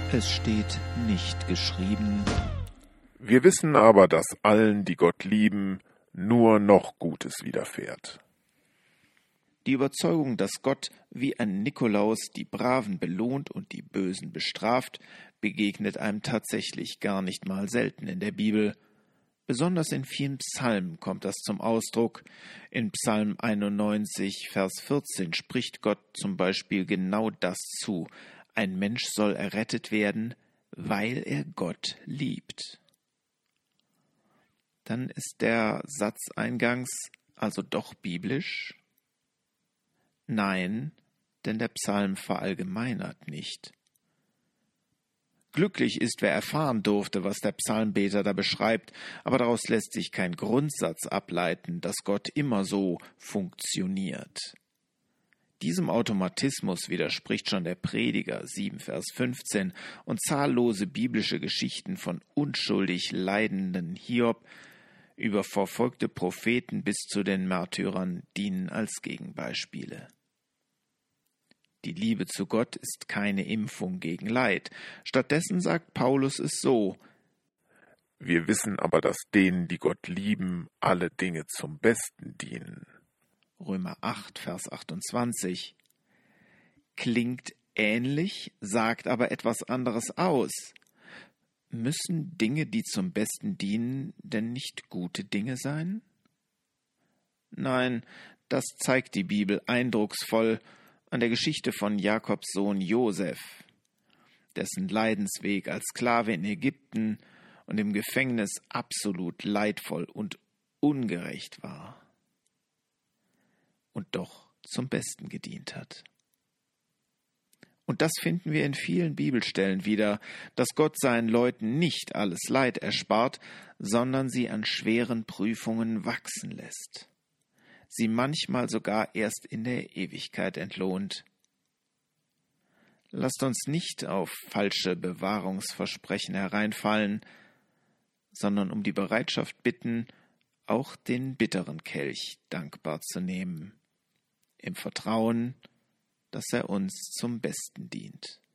Es steht nicht geschrieben. Wir wissen aber, dass allen, die Gott lieben, nur noch Gutes widerfährt. Die Überzeugung, dass Gott wie ein Nikolaus die Braven belohnt und die Bösen bestraft, begegnet einem tatsächlich gar nicht mal selten in der Bibel. Besonders in vielen Psalmen kommt das zum Ausdruck. In Psalm 91, Vers 14 spricht Gott zum Beispiel genau das zu: Ein Mensch soll errettet werden, weil er Gott liebt. Dann ist der Satz eingangs also doch biblisch? Nein, denn der Psalm verallgemeinert nicht. Glücklich ist, wer erfahren durfte, was der Psalmbeter da beschreibt, aber daraus lässt sich kein Grundsatz ableiten, dass Gott immer so funktioniert. Diesem Automatismus widerspricht schon der Prediger 7, Vers 15 und zahllose biblische Geschichten von unschuldig leidenden Hiob über verfolgte Propheten bis zu den Märtyrern dienen als Gegenbeispiele. Die Liebe zu Gott ist keine Impfung gegen Leid. Stattdessen sagt Paulus es so: Wir wissen aber, dass denen, die Gott lieben, alle Dinge zum Besten dienen. Römer 8, Vers 28. Klingt ähnlich, sagt aber etwas anderes aus. Müssen Dinge, die zum Besten dienen, denn nicht gute Dinge sein? Nein, das zeigt die Bibel eindrucksvoll an der Geschichte von Jakobs Sohn Josef, dessen Leidensweg als Sklave in Ägypten und im Gefängnis absolut leidvoll und ungerecht war und doch zum Besten gedient hat. Und das finden wir in vielen Bibelstellen wieder, dass Gott seinen Leuten nicht alles Leid erspart, sondern sie an schweren Prüfungen wachsen lässt. Sie manchmal sogar erst in der Ewigkeit entlohnt. Lasst uns nicht auf falsche Bewahrungsversprechen hereinfallen, sondern um die Bereitschaft bitten, auch den bitteren Kelch dankbar zu nehmen, im Vertrauen, dass er uns zum Besten dient.